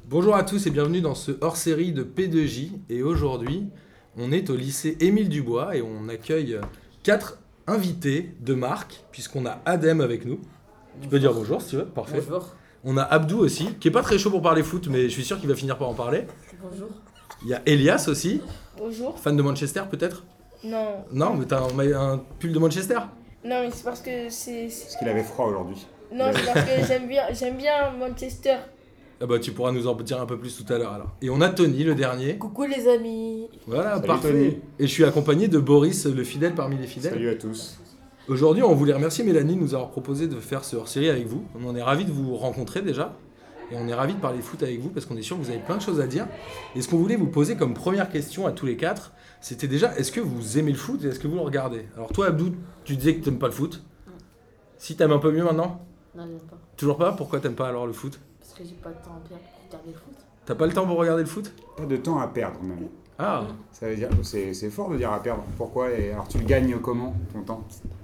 Bonjour à tous et bienvenue dans ce hors-série de P2J. Et aujourd'hui, on est au lycée Émile Dubois et on accueille 4 invités de marque, puisqu'on a Adem avec nous. Tu peux dire bonjour si tu veux, parfait. Bonjour. On a Abdou aussi, qui est pas très chaud pour parler foot, mais je suis sûr qu'il va finir par en parler. Bonjour. Il y a Elias aussi, Bonjour. fan de Manchester peut-être. Non. Non, mais t'as un pull de Manchester. Non, mais c'est parce que c'est... Parce qu'il avait froid aujourd'hui. Non, c'est parce que j'aime bien Manchester. Ah bah tu pourras nous en dire un peu plus tout à l'heure alors. Et on a Tony, le dernier. Coucou les amis. Voilà, Salut, parfait. Tony. Et je suis accompagné de Boris, le fidèle parmi les fidèles. Salut à tous. Aujourd'hui, on voulait remercier Mélanie de nous avoir proposé de faire ce hors-série avec vous. On en est ravis de vous rencontrer déjà. Et on est ravis de parler de foot avec vous parce qu'on est sûr que vous avez plein de choses à dire. Et ce qu'on voulait vous poser comme première question à tous les quatre, c'était déjà, est-ce que vous aimez le foot et est-ce que vous le regardez? Alors toi, Abdou, tu disais que tu n'aimes pas le foot. Si, t'aimes un peu mieux maintenant? Non, j'aime pas. Toujours pas? Pourquoi t'aimes pas alors le foot? Parce que j'ai pas de temps à perdre pour regarder le foot. T'as pas le temps pour regarder le foot? Pas de temps à perdre même. Ah, Ça veut dire, c'est fort de dire à perdre. Pourquoi? Et alors tu le gagnes comment ton temps?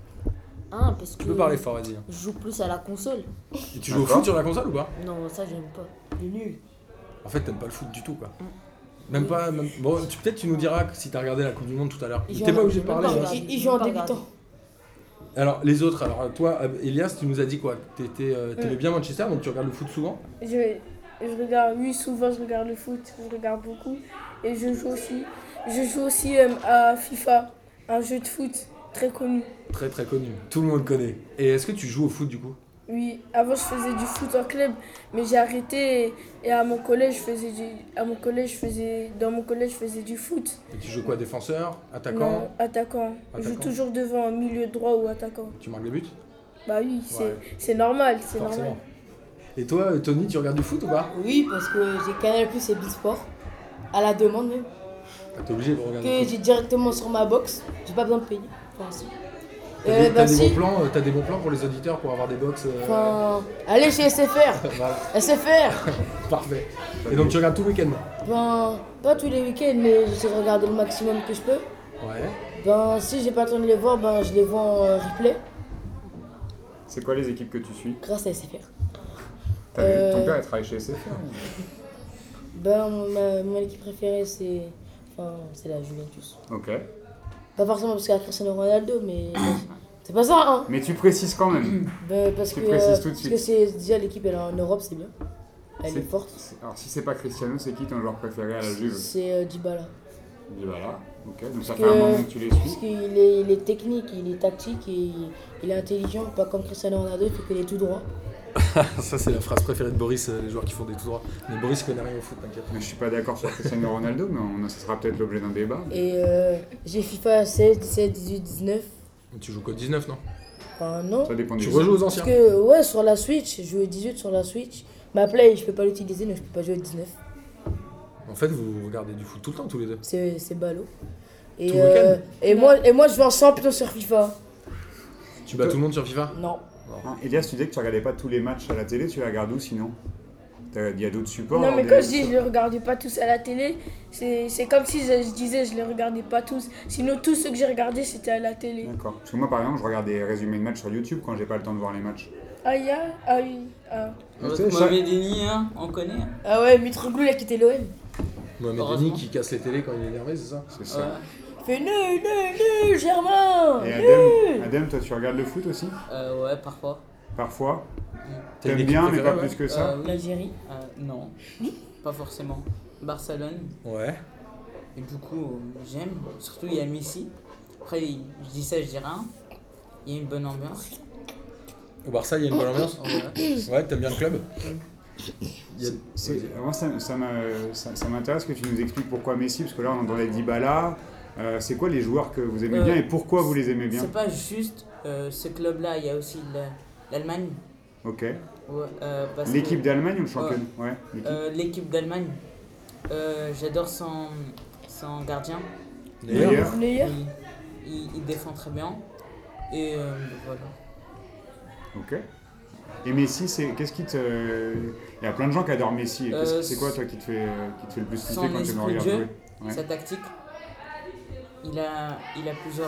Ah, parce que tu peux parler fort, vas-y. je joue plus à la console. Et tu joues au D'accord. foot sur la console ou pas? Non, ça j'aime pas. Il est nul. En fait, t'aimes pas le foot du tout, quoi. Même pas. Bon, peut-être tu nous diras si t'as regardé la Coupe du Monde tout à l'heure. Il joue T'es en- pas obligé de il joue parler. pas hein. regarder. Il joue en Pas débutant. regarder. Alors, les autres, alors toi, Elias, tu nous as dit quoi? T'aimais bien Manchester, donc tu regardes le foot souvent? Je regarde, oui, souvent je regarde le foot, je regarde beaucoup. Et je joue aussi à FIFA, un jeu de foot très connu. Très très connu. Tout le monde connaît. Et est-ce que tu joues au foot du coup? Oui, avant je faisais du foot en club, mais j'ai arrêté et à mon collège dans mon collège je faisais du foot. Et tu joues quoi? Défenseur? Attaquant? Non, attaquant. Je joue Attaquant. toujours devant un milieu droit ou attaquant. Tu marques les buts? Bah oui, Ouais. c'est normal, c'est Forcément. normal. Et toi, Tony, tu regardes du foot ou pas? Oui, parce que j'ai Canal Plus et Bisport, à la demande même, Ah, t'es obligé de regarder que le foot. j'ai directement sur ma box, j'ai pas besoin de payer. Enfin, si. T'as Si. des bons plans, t'as des bons plans pour les auditeurs pour avoir des box. Enfin, allez chez SFR, Voilà, SFR. parfait. Et donc tu regardes tout le week-end? Ben, pas tous les week-ends, mais j'essaie de regarder le maximum que je peux. Ouais. Ben, si j'ai pas le temps de les voir, ben, je les vois en replay, C'est quoi les équipes que tu suis? grâce à SFR. Ton père il travaille chez SFR. Ben, mon équipe préférée, c'est la Juventus. Ok. Pas forcément parce qu'il y a Cristiano Ronaldo, mais c'est pas ça, hein. Mais tu précises quand même. Ben, parce Tu que, précises tout de parce suite. que c'est déjà l'équipe, elle est en Europe, c'est bien. Elle est forte. Alors si c'est pas Cristiano, c'est qui ton joueur préféré à la Juve? C'est Dybala. Et voilà. Ok. Donc ça Parce fait un que- moment que tu les Parce suis. qu'il est technique, il est tactique et il est intelligent, pas comme Cristiano Ronaldo, il fait que les tout droits. Ça, c'est la phrase préférée de Boris, les joueurs qui font des tout droits. Mais Boris connaît rien au foot, t'inquiète. Mais je suis pas d'accord sur Cristiano Ronaldo, mais ça sera peut-être l'objet d'un débat. Et j'ai FIFA 16, 17, 18, 19. Tu joues qu'au 19, non? Enfin, non. Ça dépend des Tu joueurs. rejoues aux Parce anciens? que, ouais, sur la Switch, je joue 18 sur la Switch. Ma Play, je peux pas l'utiliser, donc je peux pas jouer 19. En fait, vous regardez du foot tout le temps, tous les deux. C'est ballot. Et, Tout le week-end et moi, je vais en champion sur FIFA. Tu bats tout le monde sur FIFA? Non. Hein, Elias, tu disais que tu regardais pas tous les matchs à la télé, tu les regardes où sinon? Il y a d'autres supports? Non, mais des- quand je dis je les regardais pas tous à la télé, c'est comme si je disais je les regardais pas tous. Sinon, tous ceux que j'ai regardés, c'était à la télé. D'accord. Parce que moi, par exemple, je regarde des résumés de matchs sur YouTube quand j'ai pas le temps de voir les matchs. Ah, ah oui. Ah. Tu sais, Mohamed Eni, hein, on connaît. Hein. Ah ouais, Mitroglou, il a quitté l'OM. Mohamed Heureusement. Denis qui casse les télés quand il est énervé, c'est ça? C'est ça. Ouais. Il fait nul, Germain. Et Nul. Adem, toi, tu regardes le foot aussi? Ouais, parfois. Parfois. T'as une T'aimes équipe bien, mais pas préférée, plus que ça. Oui. L'Algérie. Non, pas forcément. Barcelone. Ouais. Et du coup, j'aime. Surtout, il y a Messi. Après, je dis ça, je dis rien. Il y a une bonne ambiance. Au Barça, il y a une bonne ambiance? Ouais. Ouais, t'aimes bien le club? Il y a- Moi, ça m'intéresse que tu nous expliques pourquoi Messi, parce que là, on entendait Dybala. C'est quoi les joueurs que vous aimez bien et pourquoi vous les aimez bien? C'est pas juste ce club-là, il y a aussi l'Allemagne. Ok. Ouais, parce que- L'équipe d'Allemagne ou le championnat? Ouais. l'équipe. L'équipe d'Allemagne. J'adore son gardien. D'ailleurs. Neuer. Il défend très bien. Et voilà. Ok. Et Messi, qu'est-ce qui te. Il y a plein de gens qui adorent Messi. Et c'est quoi, toi, qui te fait le plus Son kiffer quand tu le esprit de regardes jeu, jouer? Ouais. sa tactique. Il a plusieurs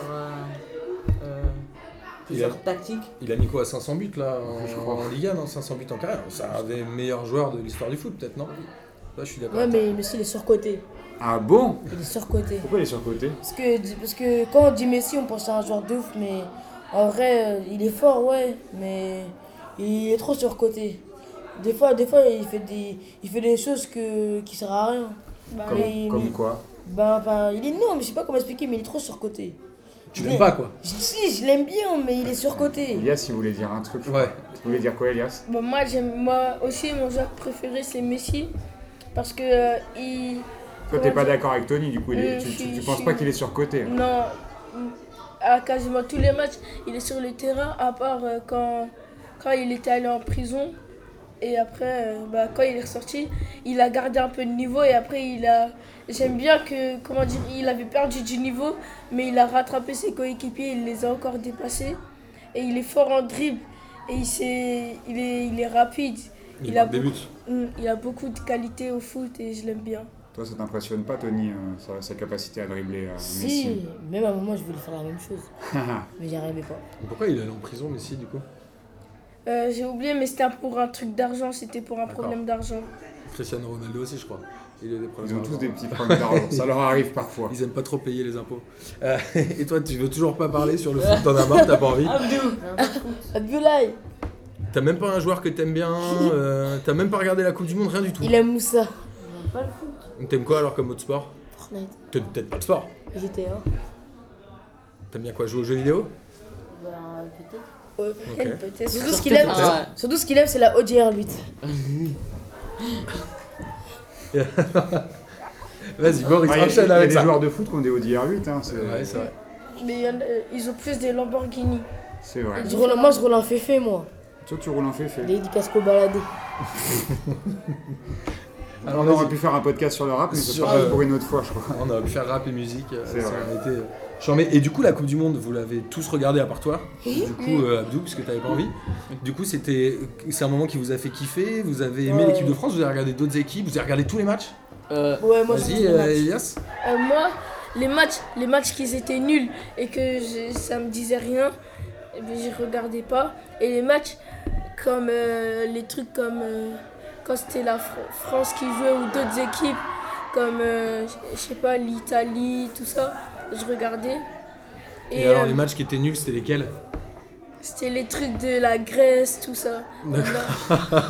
plusieurs tactiques. Il a mis quoi, 500 buts là Je crois. en Liga, non? 500 buts en carrière. C'est un des meilleurs joueurs de l'histoire du foot, peut-être, non? Là, je suis d'accord. Ouais, avec toi. mais Messi, il est surcoté. Ah bon? Il est surcoté. Pourquoi il est surcoté? Parce que quand on dit Messi, on pense à un joueur de ouf, mais en vrai, il est fort, ouais, mais il est trop surcoté. Des fois, il fait des choses qui servent à rien. Bah, Comme quoi? Il est non, mais je sais pas comment expliquer, mais il est trop surcoté. Tu l'aimes pas, quoi. Si, je l'aime bien, mais il est surcoté. Elias, il voulait dire un truc. Ouais. Tu voulais dire quoi, Elias? Bon, moi aussi, mon joueur préféré, c'est Messi. Parce que Toi, t'es pas d'accord avec Tony, du coup, tu je penses suis- pas qu'il est surcoté? Non, à quasiment tous les matchs, il est sur le terrain, à part quand il était allé en prison. Et après, quand il est ressorti, il a gardé un peu de niveau. Et après, j'aime bien que, comment dire, il avait perdu du niveau, mais il a rattrapé ses coéquipiers, il les a encore dépassés. Et il est fort en dribble. Et il est rapide. Il a des buts. Il a beaucoup de qualité au foot et je l'aime bien. Toi, ça t'impressionne pas, Tony, sa capacité à dribbler Si, Messi? même à un moment, je voulais faire la même chose, mais j'y arrivais pas. Pourquoi il est allé en prison, Messi, du coup? J'ai oublié, mais c'était pour un truc d'argent, c'était pour un D'accord. problème d'argent. Cristiano Ronaldo aussi, je crois. Il a des problèmes Ils ont d'argent. tous des petits problèmes d'argent, ça leur arrive parfois. Ils aiment pas trop payer les impôts. Et toi, tu veux toujours pas parler sur le foot? T'en as marre, t'as pas envie? Abdoulaye, T'as même pas un joueur que t'aimes bien? T'as même pas regardé la Coupe du Monde? Rien du tout. il aime Moussa. T'aimes quoi alors comme autre sport? Fortnite, T'aimes peut-être pas le sport. GTA. T'aimes bien quoi? Jouer aux jeux vidéo? Peut-être. Ok. Surtout ce qu'il aime, c'est la ODR 8. Vas-y, Boris, Il y a enchaîne avec des ça. joueurs de foot qui ont des ODR8, hein, Ouais, c'est vrai. Mais ils ont plus des Lamborghini. c'est vrai. Moi, je roule en féfé, moi. Toi, tu roules en féfé. Les casco baladés. Alors, On aurait vas-y. pu faire un podcast sur le rap, mais ce Sur, sera pour une autre fois, je crois. On aurait pu faire rap et musique. C'est ça vrai. aurait été charmé. Et du coup, la Coupe du Monde, vous l'avez tous regardé à part toi. Du coup, Abdou, parce que t'avais pas envie. Du coup, c'est un moment qui vous a fait kiffer. Vous avez aimé Ouais. l'équipe de France. Vous avez regardé d'autres équipes. Vous avez regardé tous les matchs. Ouais, moi, Vas-y, j'ai fait Elias. Moi, les matchs qui étaient nuls et que ça me disait rien, eh ben, j'y regardais pas. Et les matchs comme les trucs comme quand c'était la France qui jouait ou d'autres équipes comme je sais pas l'Italie, tout ça, je regardais. Et alors, les matchs qui étaient nuls, c'était lesquels? C'était les trucs de la Grèce, tout ça. Voilà.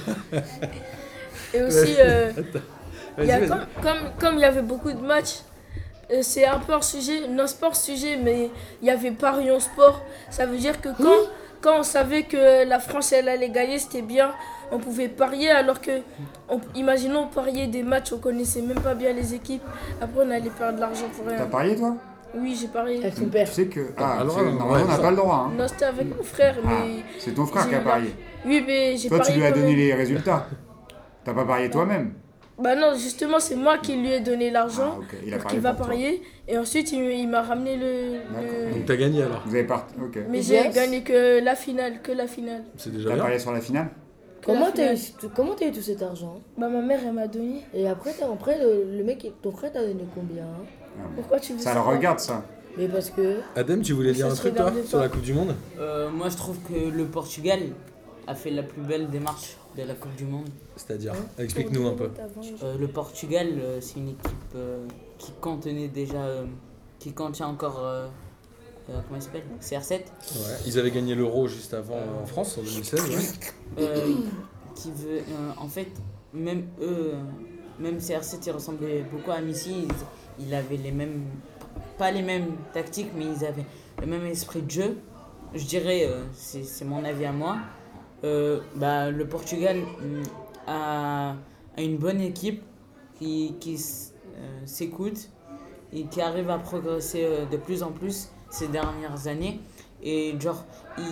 Et aussi, il y a Vas-y. comme il y avait beaucoup de matchs, c'est un peu un sujet, non c'est pas un sujet, mais il y avait Paris en sport. Ça veut dire que quand on savait que la France elle allait gagner, c'était bien, on pouvait parier, alors que, imaginons parier des matchs, on connaissait même pas bien les équipes, après on allait perdre de l'argent pour T'as rien. parié, toi? Oui, j'ai parié. avec ton Tu père. sais que. pas le droit, Normalement, ouais, on n'a ça. pas le droit. Hein. Non, c'était avec mon frère, Ah, mais. c'est ton frère j'ai qui a eu parié. Oui, mais j'ai Toi, parié. tu lui as quand donné même. les résultats. T'as pas parié toi-même. Bah non, justement, c'est moi qui lui ai donné l'argent Ah, ok. Il a pour parié qu'il va pour toi. parier. Et ensuite, il m'a ramené le... Donc t'as gagné alors. Vous avez pas. Ok. Mais Yes. j'ai gagné que la finale, C'est déjà T'as bien. parié sur la finale? Comment la t'as finale. eu tout cet argent? Bah ma mère, elle m'a donné. Et après, le mec, ton frère t'a donné combien? Pourquoi tu veux Ça le regarde, ça. Mais parce que. Adem, tu voulais dire Ça un se truc toi regardait sur pas. la Coupe du Monde? Moi, je trouve que le Portugal a fait la plus belle démarche de la Coupe du Monde. C'est-à-dire, explique-nous un peu. Le Portugal, c'est une équipe qui contenait déjà, qui contient encore, comment il s'appelle, CR7, Ouais. Ils avaient gagné l'Euro juste avant en France en 2016. Ouais. qui veut, en fait, même eux, même CR7, ils ressemblaient beaucoup à Messi. Ils avaient les mêmes, pas les mêmes tactiques, mais ils avaient le même esprit de jeu. Je dirais, c'est mon avis à moi. Le Portugal a une bonne équipe qui s'écoute et qui arrive à progresser de plus en plus ces dernières années. Et genre,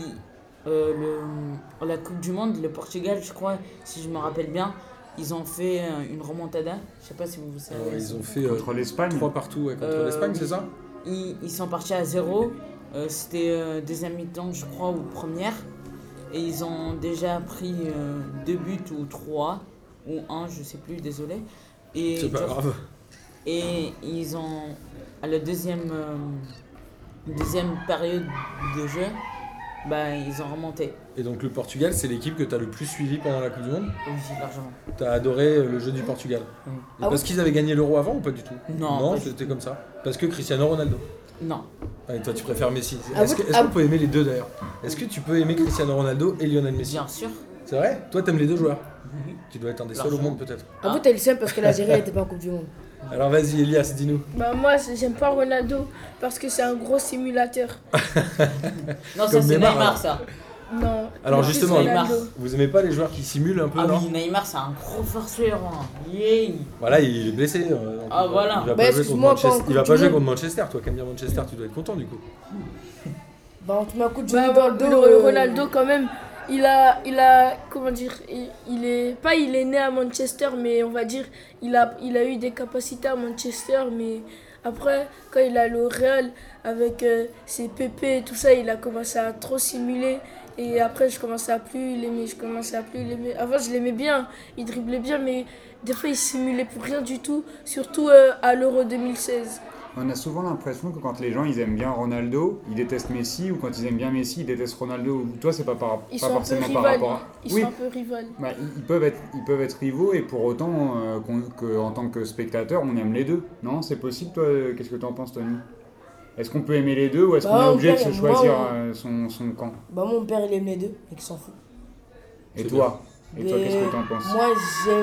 la Coupe du Monde, le Portugal, je crois, si je me rappelle bien, ils ont fait une remontada. Je sais pas si vous savez. Ils ont fait Contre l'Espagne. 3 partout ouais, contre l'Espagne, c'est ça? Ils sont partis à 0. C'était deuxième mi-temps, je crois, ou première. Et ils ont déjà pris 2 buts ou 3, ou 1, je sais plus, désolé. Et C'est pas genre, grave. et ils ont, à la deuxième période de jeu, bah, ils ont remonté. Et donc le Portugal, c'est l'équipe que tu as le plus suivi pendant la Coupe du Monde. Oui, largement. Tu as adoré le jeu du Portugal. Oui. Et parce qu'ils avaient gagné l'Euro avant ou pas du tout? Non, pas du c'était comme ça. Parce que Cristiano Ronaldo. Non. Ah, et toi, tu préfères Messi. Ah Est-ce qu'on peut aimer les deux d'ailleurs? Est-ce que tu peux aimer Cristiano Ronaldo et Lionel Messi? Bien sûr. C'est vrai? Toi, t'aimes les deux joueurs? Oui. Tu dois être un des seuls au monde peut-être. En fait, elle est simple parce que l'Algérie n'était pas en Coupe du Monde. Alors vas-y, Elias, dis-nous. Bah, moi, j'aime pas Ronaldo parce que c'est un gros simulateur. Non, ça Comme c'est Neymar, Neymar, alors. ça. Non. Alors plus justement, Ronaldo. vous aimez pas les joueurs qui simulent un peu, Ah non? oui, Neymar, c'est un gros forceur. Hein. Yeah. Voilà, il est blessé. Donc Ah, voilà. Il va Bah, pas jouer contre excuse-moi, Manchester. quand Il va Coupe pas du jouer Monde- contre Manchester. Toi qui aimes bien Manchester, tu dois être content du coup. Bah, on te met un coup de Bah, genou dans le dos. Ronaldo, quand même, il a comment dire, il est né à Manchester, mais on va dire, il a eu des capacités à Manchester, mais après, quand il est allé au Real, avec ses pépés et tout ça, il a commencé à trop simuler. Et après, je commençais à plus l'aimer. Avant, je l'aimais bien, il driblait bien, mais des fois, il simulait pour rien du tout, surtout à l'Euro 2016. On a souvent l'impression que quand les gens ils aiment bien Ronaldo, ils détestent Messi, ou quand ils aiment bien Messi, ils détestent Ronaldo. Ou toi, c'est pas Ils pas sont un peu forcément par rivales. rapport à. Ils Oui, sont un peu rivales. bah, ils peuvent être rivaux et pour autant qu'en tant que spectateur, on aime les deux. Non, c'est possible, toi? Qu'est-ce que tu en penses, Tony? Est-ce qu'on peut aimer les deux ou est-ce Bah, qu'on est obligé de moi, se choisir moi, son camp? Bah, mon père, il aime les deux et qu'il s'en fout. Et C'est toi? Et toi, Mais qu'est-ce que tu en penses? Moi,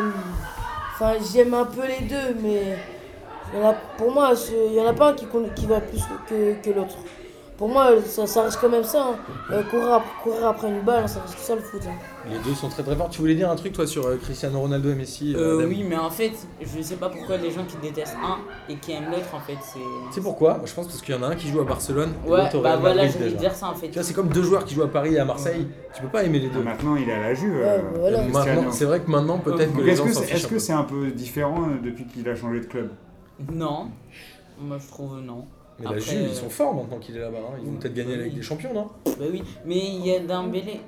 j'aime un peu les deux, mais pour moi, il y en a pas un qui va plus que l'autre. Pour moi, ça reste quand même ça. Hein. Courir après une balle, ça reste ça le foot. Hein. Les deux sont très très forts. Tu voulais dire un truc toi sur Cristiano Ronaldo et Messi? Dame Oui, mais en fait, je sais pas pourquoi les gens qui détestent un et qui aiment l'autre, en fait, c'est. Tu sais pourquoi? Je pense parce qu'il y en a un qui joue à Barcelone et Ouais, l'autre au bah Real voilà, Madrid je voulais déjà. dire ça en fait. Tu vois, c'est comme deux joueurs qui jouent à Paris et à Marseille. Tu peux pas aimer les deux. Maintenant, il est à la Juve. Ouais, voilà. Maintenant, c'est vrai que maintenant peut-être que Donc, les est-ce gens que s'en c'est fichent est-ce un que peu. c'est un peu différent depuis qu'il a changé de club? Non, moi je trouve non. Mais la Après, Juve, ils sont forts maintenant qu'il est là-bas. Hein. Ils vont peut-être gagner la Ligue des Champions, non? Bah oui, mais il y a Dembélé.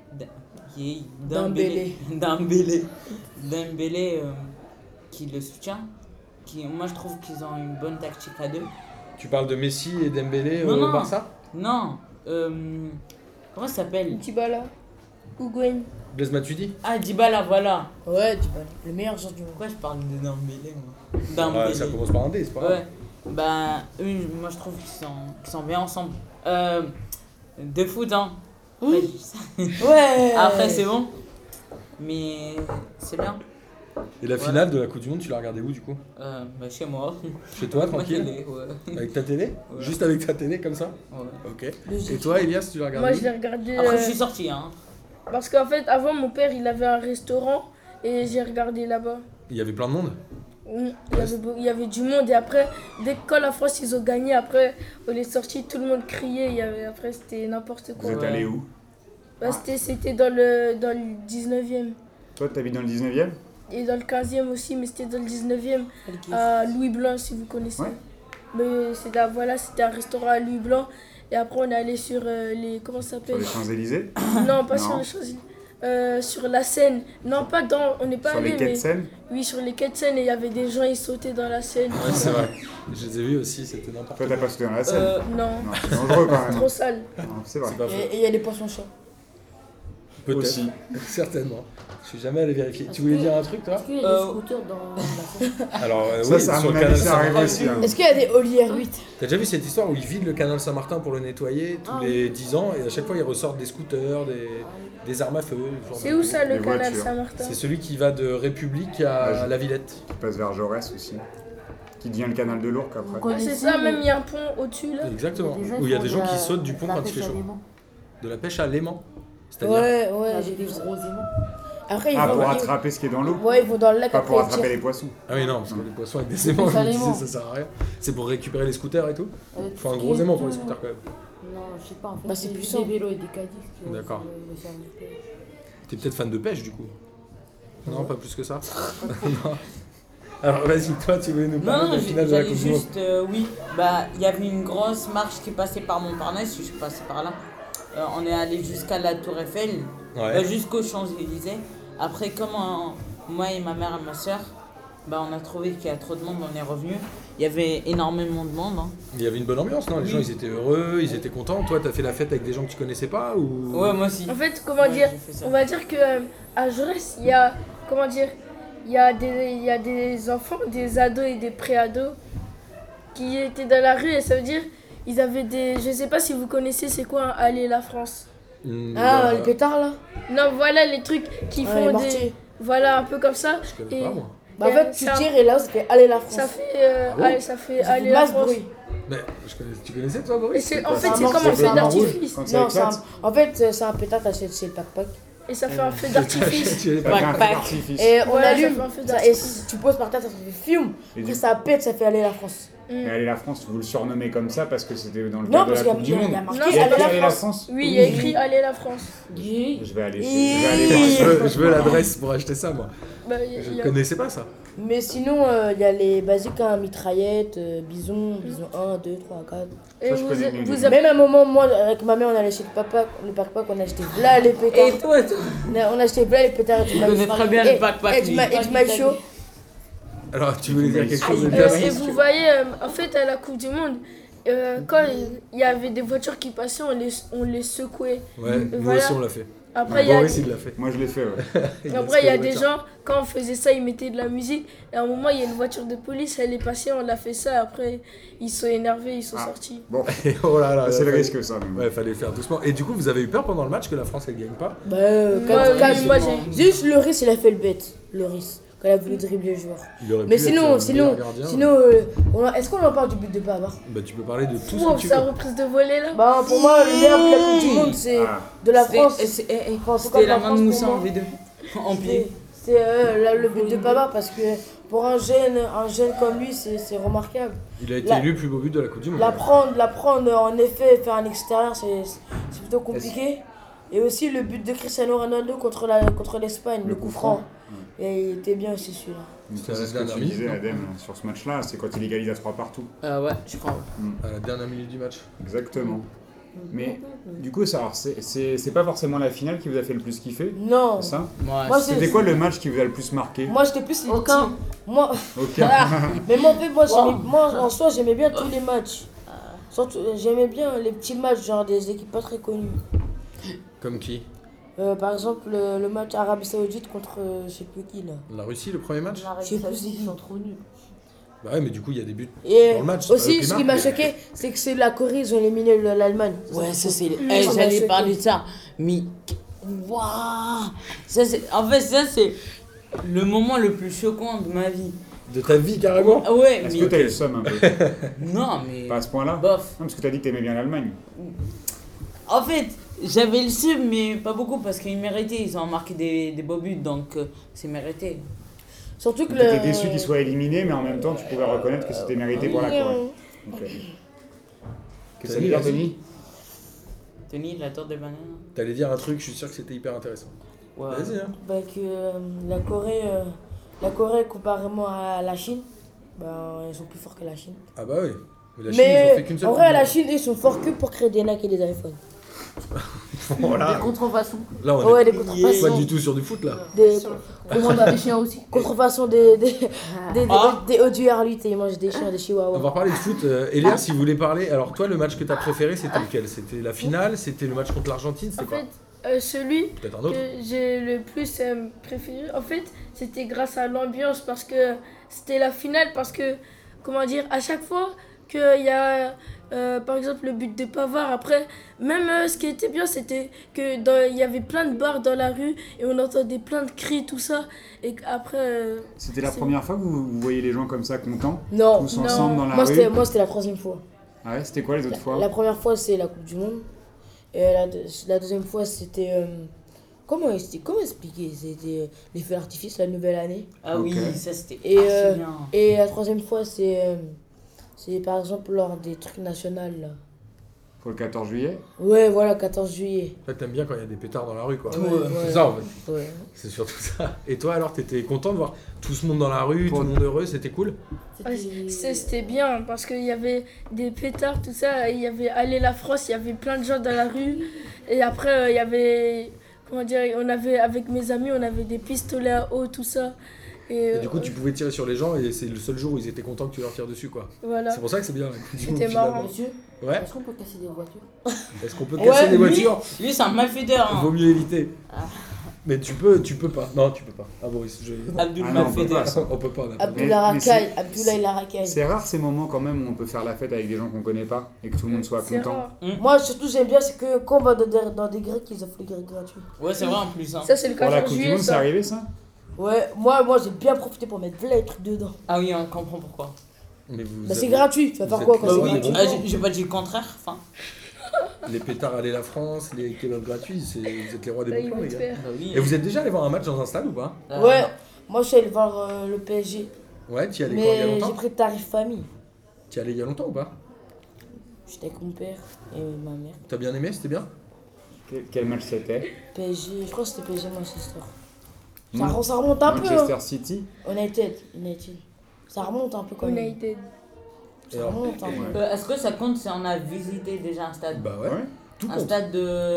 Dembélé. Dembélé qui le soutient. Moi je trouve qu'ils ont une bonne tactique à deux. Tu parles de Messi et Dembélé Non, au non. Barça? Non, comment ça s'appelle? Dybala. Higuain. Blaise Matuidi? Ah, Dybala, voilà. Ouais, le meilleur joueur du monde. Pourquoi je parle de Dembélé moi? Ouais, Dembélé. ça commence par un D, c'est pas grave. Ouais, bah, eux, moi je trouve qu'ils sont bien ensemble. De foot, hein. Après, Ouais. Après, c'est bon. Mais c'est bien. Et la finale de la Coupe du Monde, tu l'as regardée où du coup? Bah, chez moi. Chez toi, Ma tranquille? télé, ouais. Avec ta télé? Ouais. Juste avec ta télé comme ça? Ouais. Ok. Logique. Et toi, Elias, tu l'as regardé Moi, où? je l'ai regardé. Après, je suis sorti, hein. Parce qu'en fait, avant, mon père, il avait un restaurant et j'ai regardé là-bas. Il y avait plein de monde? Il y avait du monde et après, dès que quand la France, ils ont gagné, après, on est sorti, tout le monde criait. Après, c'était n'importe Vous quoi. êtes allé où? Bah, c'était dans le 19e Toi, t'habites dans le 19e? et dans le 15e aussi, mais c'était dans le 19e, à Louis Blanc, si vous connaissez. Ouais. Mais c'était un restaurant à Louis Blanc. Et après, on est allé sur les. Comment ça Sur s'appelle? les Champs-Élysées? Non, pas Non. sur les Champs-Élysées. Sur la Seine. Non, pas dans. On n'est pas Sur allé, les quais de mais. Seine? Oui, sur les quais de Seine, et il y avait des gens, ils sautaient dans la Seine. Ouais, c'est vrai. Je les ai vus aussi, c'était n'importe Toi, quoi. t'as pas sauté dans la Seine? Non, Non, c'est dangereux quand même. trop sale. Non, c'est vrai. C'est pas faux. Et il y a des poissons chauds. Peut-être. Aussi. Certainement. Je suis jamais allé vérifier. Tu voulais dire un truc, toi? Est-ce qu'il y a des scooters dans la scène? Alors, Ça, oui, ça, à sur mon le avis, canal ça arrive Saint-Martin. aussi. Hein. Est-ce qu'il y a des Oli R8? T'as déjà vu cette histoire où ils vident le canal Saint-Martin pour le nettoyer tous Ah les 10 ans et à chaque fois ils ressortent des scooters, des armes à feu. ce genre C'est de où trucs. ça, le Les canal voitures. Saint-Martin? C'est celui qui va de République à la Villette. Qui passe vers Jaurès aussi. Qui devient le canal de l'Ourcq après. C'est ça, même il y a un pont au-dessus là. Exactement. Où il y a des gens qui sautent du pont quand il fait chaud. De la pêche à l'aimant. C'est-à-dire Ouais, j'ai vu ça. Après, Ah, pour ils- attraper ce qui est dans l'eau? Ouais, ils vont dans le lac Pas après pour ils attraper tirent. les poissons. Ah oui, non, parce que les poissons avec des aimants, je me disais, ça sert à rien. C'est pour récupérer les scooters et tout. Faut un gros aimant pour les scooters quand même. Non, je sais pas, en fait, Bah, c'est j'ai puissant. des vélos et des caddies. D'accord. T'es peut-être fan de pêche du coup? Non, pas plus que ça. Non. Alors vas-y, toi tu voulais nous parler Non, de la finale de la j'allais Coupe du Monde. juste, oui, bah, il y avait une grosse marche qui passait par Montparnasse, je suis passé par là. On est allé jusqu'à la Tour Eiffel, Ouais. jusqu'aux Champs-Élysées. Après, comme moi et ma mère et ma soeur, Bah, on a trouvé qu'il y a trop de monde, on est revenu. Il y avait énormément de monde. Hein. Il y avait une bonne ambiance, non? Les gens, ils étaient heureux, ils étaient contents. Toi, t'as fait la fête avec des gens que tu connaissais pas ou... Ouais, moi aussi. En fait, comment Ouais, dire, j'ai fait ça. on va dire que à Jaurès, il y a, comment dire, il y a des enfants, des ados et des pré-ados qui étaient dans la rue et ça veut dire, ils avaient des, je sais pas si vous connaissez, c'est quoi un Aller la France? Ah, les pétards là? Non, voilà les trucs qui Ouais, font les des, mortiers. voilà un peu comme ça. Je connais Et pas, moi. Bah, en fait, tu ça- tires et là, ça fait aller la France. Ça fait, Ah bon allez, ça fait Ça fait Aller la masse France. bruit. Mais tu connaissais, toi, Et Boris? c'est, en quoi, fait, ça c'est marche, comme ça un fait feu un rouge. d'artifice. Quand ça Non, éclate, en fait, c'est un pétard, t'achètes chez le pack-pack. Et ça fait un feu d'artifice. Tu es ça pas- fait un feu Pac-pac. d'artifice. Et on Voilà, ça allume, fait un feu ça, et d'artifice. si tu poses par terre, ça fait fium. Et Après, du- ça pète, ça fait aller la France. Et Allez la France, vous le surnommez comme ça parce que c'était dans le Non, cadre de parce la qu'il Coupe du y a Monde. marqué Non, Il y a Allez écrit la Allez la France. France. Oui, il y a écrit Aller la France. Je vais aller Oui. voir. Je veux l'adresse pour acheter ça, moi. Bah, Je connaissais pas ça. Mais sinon, il y a les basiques, hein, mitraillettes, bison 1, 2, 3, 4. Et Ça, je connais mieux. vous avez Même à un moment, moi, avec ma mère, on allait chez le pack-pack, on a acheté là les pétards. Et toi, On a acheté là les pétards. Il connaît très bien le pack-pack, Et tu lui. m'as chaud. Alors, tu voulais dire quelque chose de Et bien? vous voyez, en fait, à la Coupe du Monde, quand il y avait des voitures qui passaient, on les secouait. Ouais, nous Voilà. aussi, on l'a fait. Après, il y a, Boris, il l'a fait. Moi, je l'ai fait, ouais. après, il y a des gens, quand on faisait ça, ils mettaient de la musique. Et à un moment, il y a une voiture de police, elle est passée, on l'a fait ça. Après, ils sont énervés, ils sont Ah. sortis. Bon, Oh là là. c'est le fallait- risque, ça. mais bon. Ouais, fallait faire doucement. Et du coup, vous avez eu peur pendant le match que la France, elle gagne pas? Bah, Moi, j'ai. juste le Riss, il a fait le bête. Le Riss, quand il a voulu dribbler le joueur. Il aurait Mais pu sinon, être le meilleur gardien. est-ce qu'on en parle du but de Pavard? Bah, tu peux parler de tout ce Wow, que tu sa veux. reprise de volée là. Bah, pour moi, le meilleur de la Coupe du Monde, c'est Ah. de la France. Enfin, c'est comme C'était la main de France Moussa pour en moi. V2. En pied. C'est le but de Pavard parce que pour un jeune comme lui, c'est remarquable. Il a été La- élu plus beau but de la Coupe du Monde. La prendre en effet, faire un extérieur, c'est plutôt compliqué. Et aussi le but de Cristiano Ronaldo contre l'Espagne, le coup franc. Et il était bien aussi celui-là. Donc, C'est c'est la ce que dernière tu minute, disais, non Adem, sur ce match-là, c'est quand il égalise à 3 partout. Ouais, je crois. À la dernière minute du match. Exactement. Mais du coup, alors, c'est pas forcément la finale qui vous a fait le plus kiffer, Non, c'est ça? moi C'était quoi le match qui vous a le plus marqué? Moi j'étais plus les Aucun. petits. Moi, Aucun. mais moi, en fait, moi en soi j'aimais bien tous les matchs. Surtout, j'aimais bien les petits matchs, genre des équipes pas très connues. Comme qui? Par exemple, le match Arabie Saoudite contre je sais plus qui là. La Russie, le premier match? Je sais plus c'est qui. trop nuls. Bah ouais, mais du coup, il y a des buts. Et Dans le match, c'est pas eux aussi, qui ce qui marquent. m'a choqué, c'est que c'est la Corée, ils ont éliminé l'Allemagne. Ouais, ça c'est. Ça m'a J'allais choqué. parler de ça. Mais. Waouh! Ça, en fait, ça c'est le moment le plus choquant de ma vie. De ta vie, carrément? Ah ouais, Est-ce que mais. t'as eu le seum un peu? Non, mais. Pas à ce point-là? Non, Bof. parce que t'as dit que t'aimais bien l'Allemagne. En fait, j'avais le seum, mais pas beaucoup parce qu'ils méritaient. Ils ont marqué des beaux buts, donc c'est mérité. Surtout que Donc t'étais déçu qu'ils soient éliminés, mais en même temps, tu pouvais reconnaître que c'était mérité pour la Corée. Ok. Qu'est-ce que ça veut dire, Tony? Tony, la tour des bananes. T'allais dire un truc, je suis sûr que c'était hyper intéressant. Ouais. Vas-y, hein. bah, que la Corée, comparément à la Chine, ben, ils sont plus forts que la Chine. Ah bah oui. Mais la Chine, ils ont fait qu'une Mais seule en Coupe vrai, du la Monde. Chine, ils sont forts que pour créer des Nike et des iPhones. Voilà. Contrefaçons. Là, on Ouais, est des pas contrefaçons. du tout sur du foot, là. Des Commande à des chiens aussi. contrefaçons des audio ils mangent des chiens, des On chihuahuas. va reparler de foot. Elias, si vous voulez parler. Alors, toi, le match que t'as préféré, c'était lequel? C'était la finale? C'était le match contre l'Argentine? C'était En quoi? fait, celui Peut-être un autre? que j'ai le plus préféré, en fait, c'était grâce à l'ambiance parce que c'était la finale. Parce que, comment dire, à chaque fois qu'il y a, par exemple, le but de Pavard, après, même ce qui était bien, c'était que il y avait plein de bars dans la rue et on entendait plein de cris, tout ça. Et après, C'était la C'est- première fois que vous voyez les gens comme ça contents, Non, tous Non. ensemble dans la moi rue? c'était la troisième fois. Ah ouais, c'était quoi les autres fois? La première fois, c'est la Coupe du Monde. Et la deuxième fois, c'était. Comment expliquer? C'était les feux d'artifice, la nouvelle année. Ah oui, Ok. ça c'était Et, archi bien. Et la troisième fois, c'est par exemple lors des trucs nationaux là. Pour le 14 juillet? Ouais, voilà, 14 juillet. En fait, t'aimes bien quand il y a des pétards dans la rue, quoi. Ouais, C'est ouais. ça, en fait. Ouais. C'est surtout ça. Et toi, alors, t'étais content de voir tout ce monde dans la rue, tout le monde heureux, c'était cool? c'était bien parce qu'il y avait des pétards, tout ça. Il y avait Aller la France, il y avait plein de gens dans la rue. Et après, il y avait, comment dire, on avait, avec mes amis, on avait des pistolets à eau, tout ça. Et, Et du coup, tu pouvais tirer sur les gens et c'est le seul jour où ils étaient contents que tu leur tires dessus, quoi. Voilà. C'est pour ça que c'est bien. la Coupe du Monde, C'était finalement. marrant. Monsieur, Ouais. est-ce qu'on peut casser des voitures? Est-ce qu'on peut Ouais, casser des lui- voitures? Lui, c'est un malfaiteur. Vaut Hein. mieux éviter. Ah. Mais tu peux pas. Non, tu peux pas. Ah Boris, Abdul Ah non, on peut malfaiteur. pas. on peut pas. on a pas le droit. Abdullah mais racaille, Abdullah il la racaille. C'est rare ces moments quand même où on peut faire la fête avec des gens qu'on connaît pas et que tout le monde soit C'est content. rare. Moi, surtout, j'aime bien, c'est que quand on va dans des Grecs, ils offrent les Grecs gratuits. Ouais, c'est vrai en plus. Hein. Ça, c'est le Pour la 14 Coupe du juillet, Monde, c'est ça. arrivé ça? Ouais, moi j'ai bien profité pour mettre plein de trucs dedans. Ah oui, on comprend pourquoi. Mais vous Bah, c'est avez- gratuit, tu vas vous faire êtes quoi plus quand loin c'est des gratuit? bons Ah, plans. j'ai pas dit le contraire. Enfin, Les pétards aller la France, les kebabs gratuits, vous êtes les rois des Là, bons il plans, va les te gars. faire. bah oui. Et vous êtes déjà allé voir un match dans un stade ou pas? Ouais, non. moi je suis allé voir le PSG. Ouais, tu y allais quand il y a Mais j'ai longtemps? pris le tarif famille. Tu y allais il y a longtemps ou pas? J'étais avec mon père et ma mère. T'as bien aimé, c'était bien? Quel match c'était? PSG, je crois que c'était PSG Manchester. Mon- Ça remonte un peu. Manchester Hein. City? United. Ça remonte un peu quand même. United. Ça remonte un peu. Ouais. Est-ce que ça compte si on a visité déjà un stade? Bah ouais, Ouais. tout Un compte. stade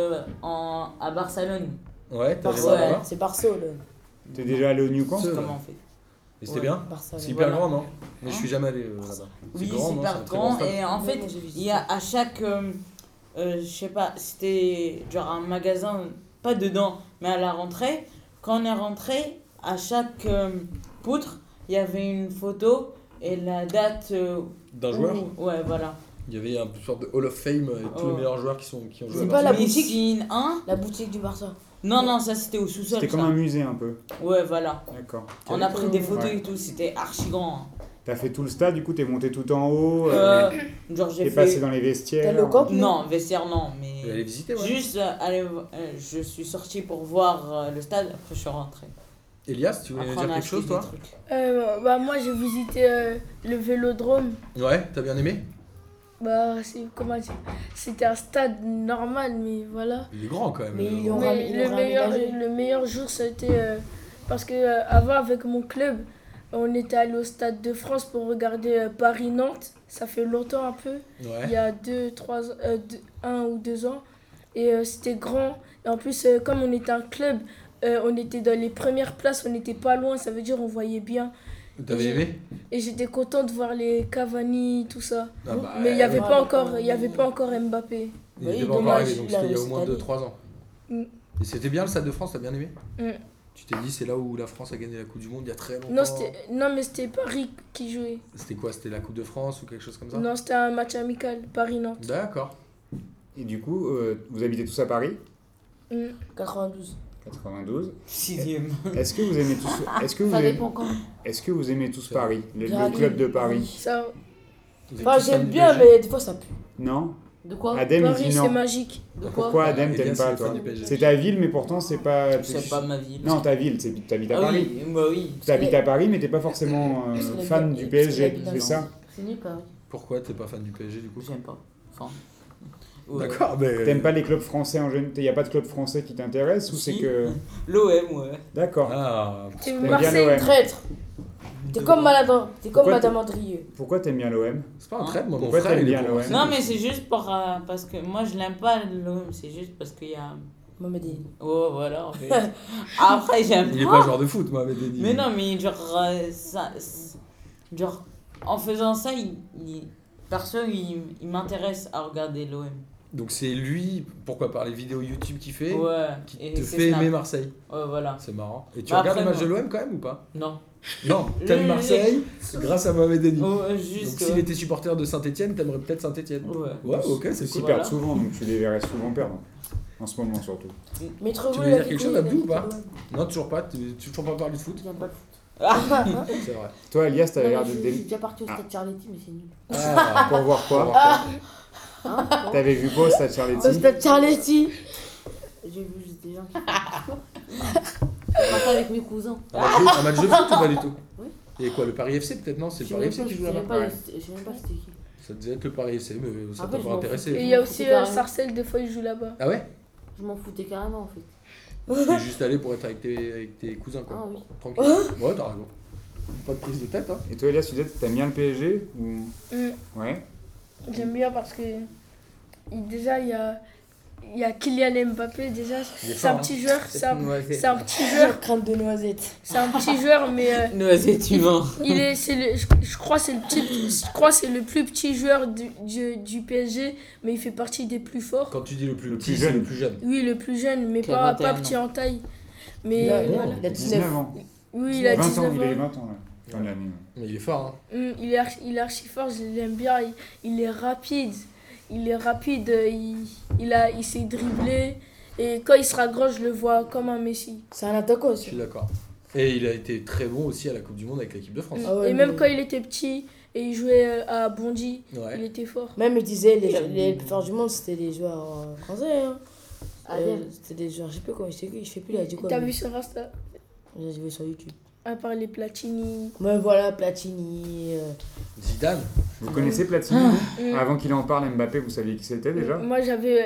à Barcelone. Ouais, t'as allé Barça, voir là-bas? c'est Barcelone. T'es déjà allé au New Camp? C'est- Comment on fait? Et c'était Ouais. bien? Barça. C'est hyper Voilà. grand, non? Mais je Hein? suis jamais allé là-bas. Oui, grand, c'est non? hyper un très grand. stade. Et en fait, moi, j'ai visité. il y a à chaque. Je sais pas, c'était genre un magasin, pas dedans, mais à la rentrée. Quand on est rentré, à chaque poutre, il y avait une photo et la date. D'un joueur? Ouais, voilà. Il y avait une sorte de Hall of Fame avec tous les Oh. meilleurs joueurs qui ont joué C'est à pas la Barcelone. boutique Messine 1. La boutique du Barça. Non, ça c'était au sous-sol. C'était comme ça. un musée un peu. Ouais, voilà. D'accord. On a pris des photos Ouais. et tout, c'était archi grand. Hein. T'as fait tout le stade, du coup t'es monté tout en haut, Genre j'ai t'es fait. passé dans les T'as vestiaires. le camp Non, vestiaire non, Et aller mais. visiter, ouais. Juste, je suis sorti pour voir le stade, après je suis rentré. Elias, tu voulais Après, dire on a quelque acheté chose, des toi? trucs. Bah, moi, j'ai visité le Vélodrome. Ouais, t'as bien aimé? Bah, comment dire, c'était un stade normal, mais voilà. Il est grand quand même. Mais ils ont Mais ram- ils l'ont raménagé. le meilleur jour, c'était parce que avant, avec mon club, on était allé au Stade de France pour regarder Paris-Nantes. Ça fait longtemps un peu, il Ouais. y a 1 ou 2 ans. Et c'était grand. Et en plus, comme on était un club, on était dans les premières places, on n'était pas loin, ça veut dire on voyait bien. T'avais aimé? Et j'étais contente de voir les Cavani, tout ça. Ah bah, Mais il n'y avait, ouais, pas ouais, encore- ouais. il y avait pas encore Mbappé. Il Oui, était pas encore dommage, arrivé, donc il a c'était il y a au cette moins année. 2-3 ans. Mm. Et c'était bien le Stade de France, t'as bien aimé? Mm. Tu t'es dit, c'est là où la France a gagné la Coupe du Monde il y a très longtemps. Non, mais c'était Paris qui jouait. C'était quoi? C'était la Coupe de France ou quelque chose comme ça? Non, c'était un match amical, Paris-Nantes. D'accord. Et du coup, vous habitez tous à Paris? Mm. 92. 92. 6ème. Est-ce que vous aimez tous, Ça dépend quand. est-ce que vous aimez tous Paris? Le Paris, club de Paris? Ça, Vous êtes Enfin, tous fans j'aime du bien, PSG? mais des fois ça pue. Non? De quoi? Adem il Paris, dit c'est non. magique. De quoi? Pourquoi Adem Elias, t'aimes pas il est fan toi? du PSG. C'est ta ville mais pourtant c'est pas... C'est pas ma ville. Non, ta ville, t'habites à Ah Paris. oui, bah oui. T'habites à Paris mais t'es pas forcément Parce qu'il fan habite- du parce PSG, qu'il habite c'est ça? C'est nul Paris. Pourquoi t'es pas fan du PSG du coup? J'aime pas. Enfin. Ouais. D'accord, mais. T'aimes pas les clubs français en général? Y a pas de club français qui t'intéresse ou c'est Si. que... L'OM, ouais. D'accord. Ah, C'est bien Marseille. l'OM. Traître. T'es comme Maladin. T'es comme Pourquoi Madame Andrieux. Pourquoi t'aimes bien l'OM? c'est pas un trait, moi, mon Pourquoi frère t'aimes il est bien pour l'OM? Marseille. Non, mais c'est juste pour. Parce que moi je l'aime pas l'OM, c'est juste parce qu'il y a. Mamadi. Oh, voilà, en fait. Après, j'aime Il est pas. pas joueur de foot, moi, mais Denis. Mais non, mais genre, genre en faisant ça, perso, il m'intéresse à regarder l'OM. Donc c'est lui, pourquoi par les vidéos YouTube qu'il fait, Ouais. qui et te c'est fait Snap. aimer Marseille. Ouais, voilà. C'est marrant. Et tu Bah, regardes les après, matchs de l'OM quand même ou pas? Non. Non, t'aimes Le- Marseille grâce à Mohamed Denis. Oh, Donc juste. s'il était supporter de Saint-Etienne, t'aimerais peut-être Saint-Etienne. Ouais. Ouais, ok, c'est Ils cool. Voilà. perdent souvent donc tu les verrais souvent perdre. En ce moment surtout. Mais Tu veux dire quelque chose, Abdou, ou pas? Non, toujours pas. Tu veux toujours pas parler de foot? J'aime pas le foot. C'est vrai. Toi Elias, t'as Non, l'air mais de... je suis déjà parti au Ah. stade Charletti, mais c'est nul. Ah, Pour voir quoi? Hein? T'avais vu quoi au Stade Au Charletti? stade Charletti. J'ai vu juste des gens qui. Je partais avec mes cousins. un match de foot ou pas du tout? Oui. Et quoi, le Paris FC peut-être? Non, c'est le Je Paris sais FC qui joue là-bas. pas c'était qui. Ça devait être le Paris FC, mais ça En fait, t'a je pas m'en Et intéressé. il y a Je aussi m'en fous carrément. Sarcelles, des fois, il joue là-bas. Ah ouais? Je m'en foutais carrément en fait. T'es juste allé pour être avec tes cousins Ah quoi. oui. Tranquille. Ouais, t'as raison. Pas de prise de tête, hein. Et toi Elias, tu disais que t'aimes bien le PSG ou... Mm. Ouais. J'aime bien parce que déjà, il y a Il y a Kylian Mbappé déjà. Il est C'est un fort, petit joueur. C'est un petit Joueur joueur. crâne de noisette. C'est un petit joueur, mais Noisette humain. je crois que c'est le plus petit joueur du PSG, mais il fait partie des plus forts. Quand tu dis le plus Le petit, plus c'est jeune. le plus jeune. Oui, le plus jeune, mais Qui a pas 21 petit ans. en taille. Mais voilà. Il a 19 ans. Oui, il a 20 ans, 19 il a ans. 20 ans là. Fin de l'année. Mais il est fort, hein. Il est archi fort, je l'aime bien. Il est rapide. Il sait dribbler. Et quand il sera grand, je le vois comme un Messi. C'est un attaquant Je aussi. suis d'accord. Et il a été très bon aussi à la Coupe du Monde avec l'équipe de France. Ah ouais, Et même mais- quand il était petit et il jouait à Bondy, Ouais. il était fort. Même il disait les plus forts du monde c'était des joueurs français. Hein. C'était des joueurs, je sais plus comment je sais plus, il a dit quoi. T'as mais- vu sur Insta? J'ai vu sur YouTube. À part les Platini. Ouais, voilà, Platini. Zidane. Vous connaissez Platini Mm. Avant qu'il en parle, Mbappé, vous saviez qui c'était déjà Moi j'avais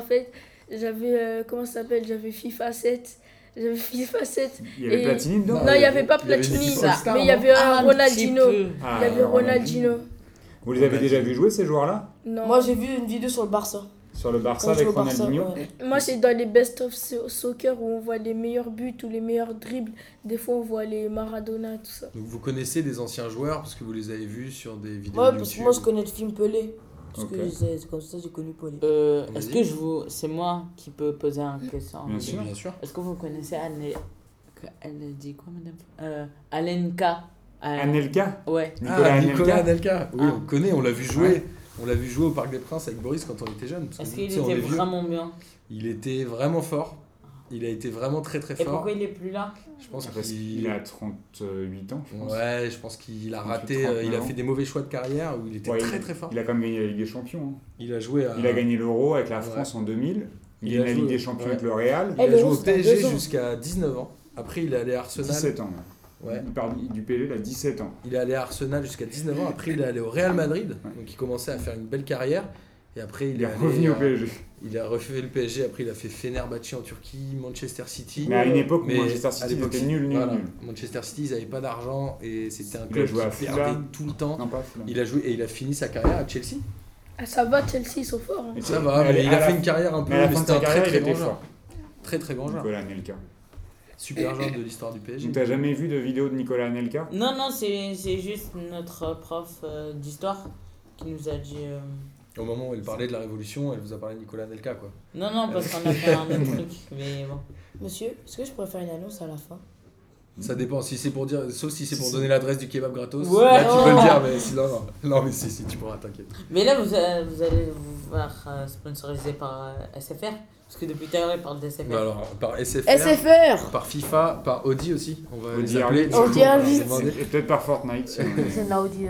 comment ça s'appelle? J'avais FIFA 7. J'avais FIFA 7. Il y avait Et- Platini dedans Non, il n'y avait pas il y avait une Platini, équipe All-Star, mais il y non avait Un Ronaldinho. petit peu. Ah, Il y avait Ronaldinho. Vous les avez déjà vus jouer ces joueurs-là Non. Moi j'ai vu une vidéo sur le Barça. Sur le Barça Quand je avec joue au Barça, Ronaldinho ouais. Moi, c'est dans les best of soccer où on voit les meilleurs buts ou les meilleurs dribbles. Des fois, on voit les Maradona, tout ça. Donc vous connaissez des anciens joueurs parce que vous les avez vus sur des vidéos Ouais, parce YouTube. que moi je connais le film Pelé. Parce Ok. que c'est comme ça que j'ai connu Pelé. Est-ce Vas-y. que c'est moi qui peux poser une question? Bien Oui, sûr. bien sûr. Est-ce que vous connaissez elle dit quoi, madame? Alenka. Anelka Ouais. Nicolas Anelka Nicolas Anelka. Oui, Ah. on connaît, on l'a vu jouer. Ouais. On l'a vu jouer au Parc des Princes avec Boris quand on était jeune. parce que, Est-ce tu qu'il sais, on était est vieux. vraiment bien? Il était vraiment fort. Il a été vraiment très très Et fort. pourquoi il est plus là? Je pense Parce qu'il qu'il a 38 ans, je pense. Ouais, je pense qu'il a 38, raté, 39 il a ans. fait des mauvais choix de carrière où il était Ouais, très très fort. Il a quand même gagné la Ligue des Champions. hein. Il a joué à... Il a gagné l'Euro avec la Ouais. France en 2000. Il Il gagne a la joué- Ligue des Champions ouais. avec le Real. Il a l'Euro, joué au c'était en PSG 2 ans. jusqu'à 19 ans. Après, il est allé à Arsenal. 17 ans. Ouais. Il part du PSG, il a 17 ans. Il est allé à Arsenal jusqu'à 19 ans. Après, il est allé au Real Madrid. Donc, il commençait à faire une belle carrière. Et après, Il est allé, revenu au PSG. Il a refait le PSG. Après, il a fait Fenerbahçe en Turquie, Manchester City. Mais à une époque où Mais Manchester à City l'époque, était nul. voilà. Manchester City, ils n'avaient pas d'argent et c'était un Il a club joué à qui Fulham. perdait tout le temps. Non, pas Fulham. Il a joué et il a fini sa carrière à Chelsea. Ah, ça va, Chelsea, ils sont forts. hein. Et Ça va, mais il a fait une carrière un peu. Mais à la mais fin de c'était sa un très carrière, il très était grand joueur. fort. Très très grand joueur. Nicolas Anelka. Super joueur de l'histoire du PSG. Donc t'as jamais vu de vidéo de Nicolas Anelka Non, c'est juste notre prof d'histoire qui nous a dit. Au moment où elle parlait de la Révolution, elle vous a parlé de Nicolas Anelka, quoi. Non, parce qu'on a fait un autre truc. Mais bon. Monsieur, est-ce que je pourrais faire une annonce à la fin? Ça dépend, si c'est pour dire, sauf si c'est pour donner l'adresse du kebab gratos. Ouais. Là, tu peux le dire, mais sinon, non. Non, mais si, tu pourras, t'inquiète. Mais là, vous allez vous voir sponsorisé par SFR. Parce que depuis tout à l'heure, ils parlent d'SFR. Bah alors, par SFR, SFR. par FIFA, par Audi aussi. On va Audi les appeler. Arbitre. du coup, Audi on va Arbitre. les demander. Et peut-être par Fortnite. si on- C'est Naudi.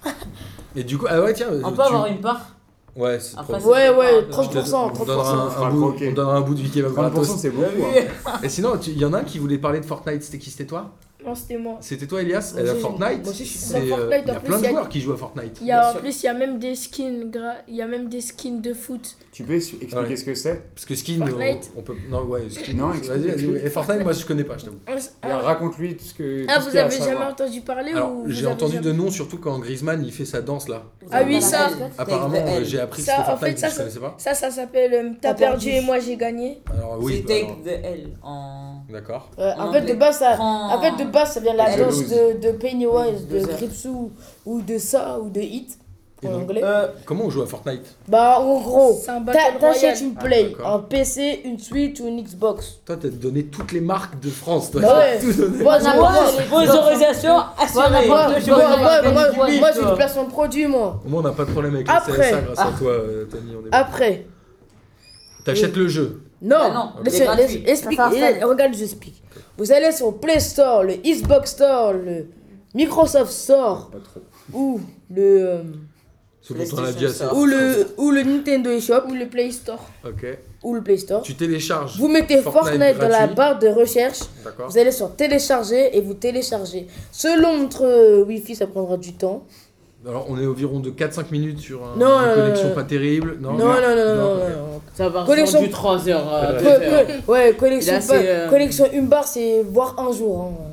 Et du coup, ah ouais, tiens. On peut avoir une part. Ouais, c'est Après, trop. c'est Ouais, pas grave. 30%, On donnera 30%. un bout, croquer. on donnera un bout du kebab 30% gratos. c'est beaucoup. hein. Et sinon, il y en a un qui voulait parler de Fortnite. C'était qui? C'était toi? Non, c'était moi. C'était toi, Elias? Moi Elle a aussi, Fortnite. moi aussi, je suis C'est, sur Fortnite, il y a en plus, plein de il y a- joueurs qui jouent à Fortnite. Il y a, Bien en sûr. plus, il y a même des skins, il y a même des skins de foot. Tu peux expliquer Ouais. ce que c'est Parce que skin, Fortnite. on peut. Non, ouais, skin. Non, Vas-y, explique, vas-y. explique. Et Fortnite, moi, je connais pas, je t'avoue. Alors, raconte-lui tout ce que. Ah, tout ce vous qu'il y a à avez jamais savoir. entendu parler Alors, ou j'ai vous avez entendu jamais- de nom, surtout quand Griezmann il fait sa danse là. Ah oui, ça. Apparemment, Take the L. j'ai appris que Ça, c'était en fait, Fortnite, ça, je connaissais pas. Ça s'appelle T'as T'as perdu perdu. et moi j'ai gagné. Alors oui, C'est alors, Take the L en. d'accord. En En fait, de anglais. base, ça, Prends- en fait, de base, ça vient de la La danse loose. de Pennywise, de Loser. Gripsou ou de ça ou de Hit Et en donc, anglais. Comment on joue à Fortnite? Bah, en gros, C'est un battle t'achètes royale. une Play, d'accord. un PC, une Switch ou une Xbox. Toi, t'as donné toutes les marques de France, toi. Bah t'as ouais. tout donné. Moi, Sponsorisation assurée. moi, Deux moi, jours, moi, j'ai du placement de produit, moi. Au moins, on n'a pas de problème avec le Après. CSA grâce à toi, Tony. On est bon. Après, T'achètes le jeu. non, Bah non, laissez- c'est gratuit. explique, Ça s'installe. regarde, je explique. Vous allez sur le Play Store, le Xbox Store, le Microsoft Store Pas trop. ou le Ce dont on a dit assez. PlayStation ou le Nintendo eShop Ou le Play Store. Ok. ou le Play Store. Tu télécharges. Vous mettez Fortnite dans la gratuit. barre de recherche. D'accord. Vous allez sur télécharger et vous téléchargez. Selon notre Wi-Fi, ça prendra du temps. Alors, on est environ de 4-5 minutes sur Non, une connexion non. pas terrible. Non, Non, non, non, non, non, ok. non. Ça va Connexion- du 3 heures. Ouais, Ouais, connexion, Là, c'est, connexion une barre, c'est voire un jour. Hein.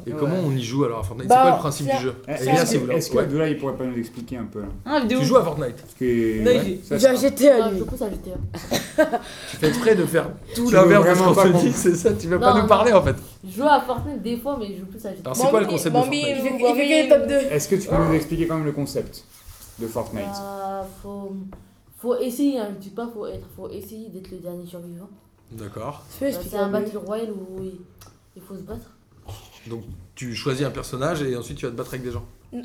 Et Ouais. comment on y joue alors à Fortnite? Bah, C'est quoi le principe c'est- du jeu? Est-ce Elias, si vous que, voulez. est-ce que Ouais. Abdullah, il pourrait pas nous expliquer un peu là? Ah, vidéo. Tu joues à Fortnite? Parce que, Non, ça J'ai sera- GTA Non, lui. je pousse à GTA. Tu fais exprès de faire tout Tu l'inverse veux de ce vraiment qu'on pas te qu'on- dit, c'est ça? Tu veux pas Non, nous parler en fait? Je joue à Fortnite des fois, mais je joue plus à GTA. Alors c'est quoi le concept de Bambi, Fortnite? Il fait que les top 2. Est-ce que tu peux nous expliquer quand même le concept de Fortnite? Faut essayer, hein, je dis pas faut essayer d'être le dernier survivant. D'accord. Tu peux expliquer C'est un un peu? battle royale où il faut se battre. Donc tu choisis un personnage et ensuite tu vas te battre avec des gens.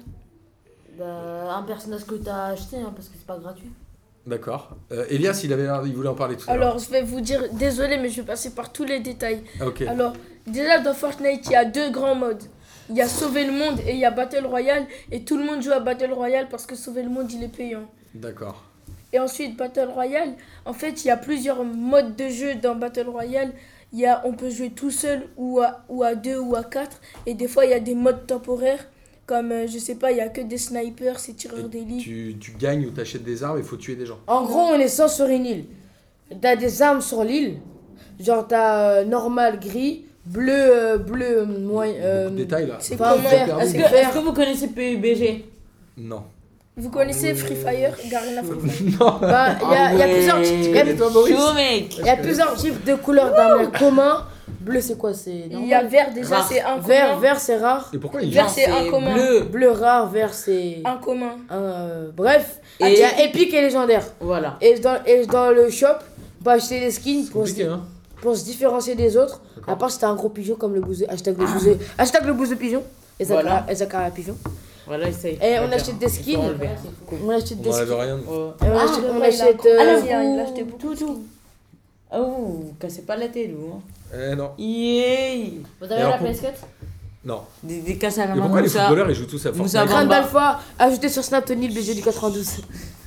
Un personnage que t'as acheté, hein, parce que c'est pas gratuit. D'accord. Elias, il voulait en parler tout à l'heure. Alors, je vais vous dire, désolé, mais je vais passer par tous les détails. Ah, ok. Alors, déjà dans Fortnite, il y a 2 grands modes. Il y a Sauver le monde et il y a Battle Royale. Et tout le monde joue à Battle Royale parce que Sauver le monde, il est payant. D'accord. Et ensuite, Battle Royale, en fait, il y a plusieurs modes de jeu dans Battle Royale. On peut jouer tout seul ou à 2 ou à 4. Et des fois, il y a des modes temporaires. Comme, je sais pas, il y a que des snipers, c'est tireurs Et d'élite. tu gagnes ou t'achètes des armes, il faut tuer des gens. En gros, on est 100 sur une île. T'as des armes sur l'île. Genre, t'as normal gris, bleu, Beaucoup de détails là. c'est enfin, comment- vert. Est-ce que, Vert. est-ce que vous connaissez PUBG? Non. Vous connaissez Free Fire, Garena Free Fire. Non. Bah, il y a plusieurs types. connais, toi, Maurice? Chaud, mec. Il y a plusieurs types de couleurs d'armes communs. Bleu, c'est quoi? C'est Il y a normal. vert déjà, Rare. c'est un Vert, commun. vert, c'est rare. Et pourquoi il Vert, joue c'est un commun. bleu. Bleu, rare, vert, c'est. Un commun. Bref, Et- il y a épique et légendaire. Voilà. Et dans le shop, on peut acheter des skins C'est compliqué, hein. pour se différencier des autres. D'accord. À part si t'as un gros pigeon comme le bouse. Hashtag le bouse de pigeon. Et Voilà. Zachara pigeon. Voilà, essaye. Et on achète des skins. Enlever. On achète des On enlève skins. rien. Ouais. Et on achète, le on gars, il a achète, un gros Alors, chien, il vous- a acheté beaucoup de skins. Ah, vous cassez pas la tête, vous. Hein. Non. Yeah. Vous Et avez alors, la pour- PS4? Non. Des casses à la Et main, pourquoi les Moussa. footballeurs ils jouent tous à Moussa Fortnite? Crâne Bamba. d'alpha, ajouté sur Snap Tony le BG du 92.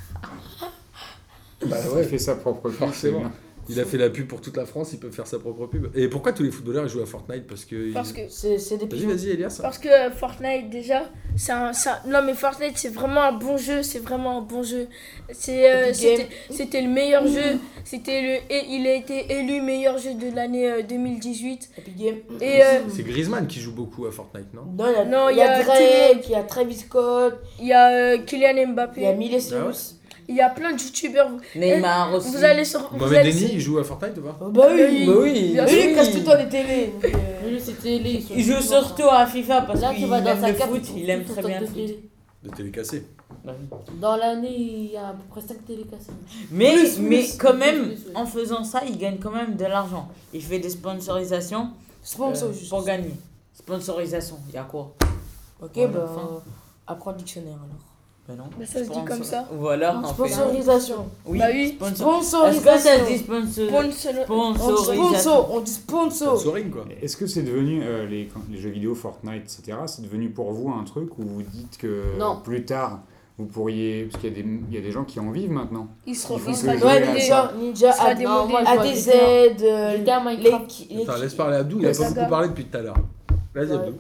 Bah Il ouais, fait sa propre pub, forcément. c'est bien. Il a fait la pub pour toute la France, il peut faire sa propre pub. Et pourquoi tous les footballeurs ils jouent à Fortnite? Parce que. Parce que, C'est des Vas-y, pigeons. vas-y, Elias. parce que Fortnite, déjà, non mais Fortnite, c'est vraiment un bon jeu. C'est vraiment un bon jeu. Epic Game. C'était le meilleur jeu. Et il a été élu meilleur jeu de l'année 2018. Epic Game. Et C'est Griezmann qui joue beaucoup à Fortnite, non? Non, il il y a tout le Drake, monde. il y a Travis Scott, il y a Kylian il y a Mbappé. Milesius. Il y a plein de youtubeurs. Neymar aussi. Vous allez sur. vous Mohamed allez Denis sur- il joue à Fortnite ou pas? Bah oui, Bah oui, bien Lui, sûr. il casse tout le temps des télés. donc, Lui, c'est télé. Il joue surtout à FIFA parce Là, qu'il tu vas aime dans sa le carte, foot. tu Il aime trouves très ton bien le stock de foot. télé. De télé cassé. Dans l'année, il y a à peu près 5 télé cassées. Mais, mais plus, quand plus, même, plus, oui. en faisant ça, il gagne quand même de l'argent. Il fait des sponsorisations Sponsor, juste. pour gagner. Sponsorisation, il y a quoi? Ok, Voilà, bah, fin. apprends le dictionnaire alors. Ben non. Mais ça se dit comme ça. Voilà, en fait. Sponsorisation. Oui, Bah oui. sponsor. Est-ce que ça Sponsorisation. dit sponsor? Sponsor. On dit sponsor. Sponsoring quoi. Est-ce que c'est devenu, les jeux vidéo Fortnite, etc., c'est devenu pour vous un truc où vous dites que Non. plus tard, vous pourriez... Parce qu'il y a des gens qui en vivent maintenant. Il sera Il faut que sera je- Ouais, jouer à démodé. ça. Ninja, sera AD, démodé. Non, moi, ADZ, GTA Minecraft. Attends, laisse parler Abdou, il a pas Saga. beaucoup parlé depuis tout à l'heure. Vas-y Ouais. Abdou.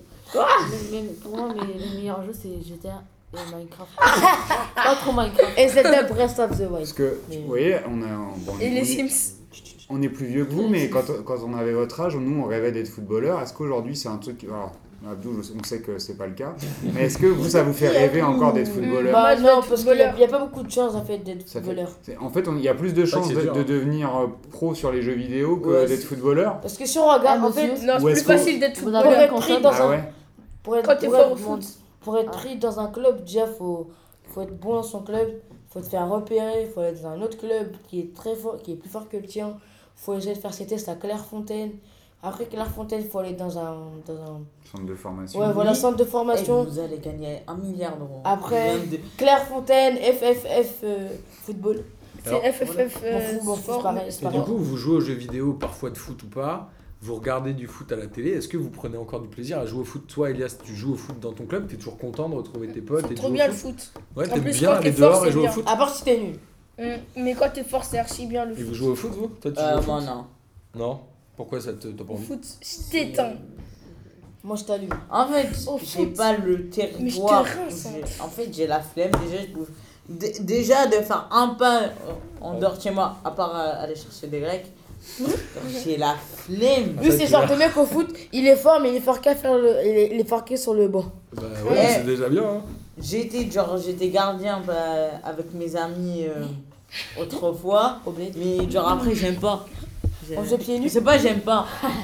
Pour moi, les meilleurs jeux, c'est GTA et Minecraft. Pas trop Minecraft. et Zelda Breath of the Wild. Parce que, Mais- vous voyez, bon, Et les on est- Sims. On est plus vieux que vous, mais quand on avait votre âge, nous, on rêvait d'être footballeur. Est-ce qu'aujourd'hui, c'est un truc... Alors, Abdou, on sait que c'est pas le cas. Mais est-ce que vous, ça vous fait rêver encore d'être footballeur? Moi, Bah je veux non, être parce qu'il n'y a, footballeur. pas beaucoup de chance en fait d'être Ça fait- footballeur. En fait, il y a plus de chances c'est de dur, hein. devenir pro sur les jeux vidéo que Ouais, d'être c'est- footballeur. Parce que si on regarde, Ah, en fait, monsieur. Non, Ou c'est plus est-ce qu'on- facile d'être Vous pour avez footballeur. être pris dans Ah un... ouais? Quand t'es fort au foot. Pour être pris dans un club, déjà, faut être bon dans son club, faut te faire repérer, faut être dans un autre club qui est très fort, qui est plus fort que le tien. Faut essayer de faire ses tests à Clairefontaine. Après Clairefontaine, faut aller dans un Centre de formation. ouais, voilà, Oui. centre de Et formation. vous allez gagner 1 milliard d'euros. Après- Il vient de- Clairefontaine, FFF football. Alors, C'est FFF M'en fous, c'est sport. pareil, c'est Et pareil. du coup, vous jouez aux jeux vidéo parfois de foot ou pas, vous regardez du foot à la télé, est-ce que vous prenez encore du plaisir à jouer au foot? Toi, Elias, tu joues au foot dans ton club, t'es toujours content de retrouver tes potes et C'est de trop jouer bien au le foot? foot. Ouais, En t'aimes plus, bien quand aller t'es fort, dehors et c'est jouer au bien. foot? À part si t'es nul. Mais quand t'es fort, c'est archi bien le Et vous foot. jouez au foot, vous? Toi, tu joues au Moi, foot? non. Non? Pourquoi ça t'as pas Le envie? foot, je t'éteins. Moi, je t'allume. En fait, Au j'ai foot. pas le Mais je te territoire. rince, hein. En fait, j'ai la flemme. Déjà, déjà de faire un pas en dehors de chez moi, à part aller chercher des grecs, J'ai la flemme. Lui, c'est genre de mec au foot, il est fort, mais il est fort qu'à faire le. Il est fort que sur le banc. Bah ouais, c'est déjà bien. Hein. J'étais gardien avec mes amis autrefois. Mais genre après, j'aime pas. On joue pieds nus. Je sais pas, j'aime pas.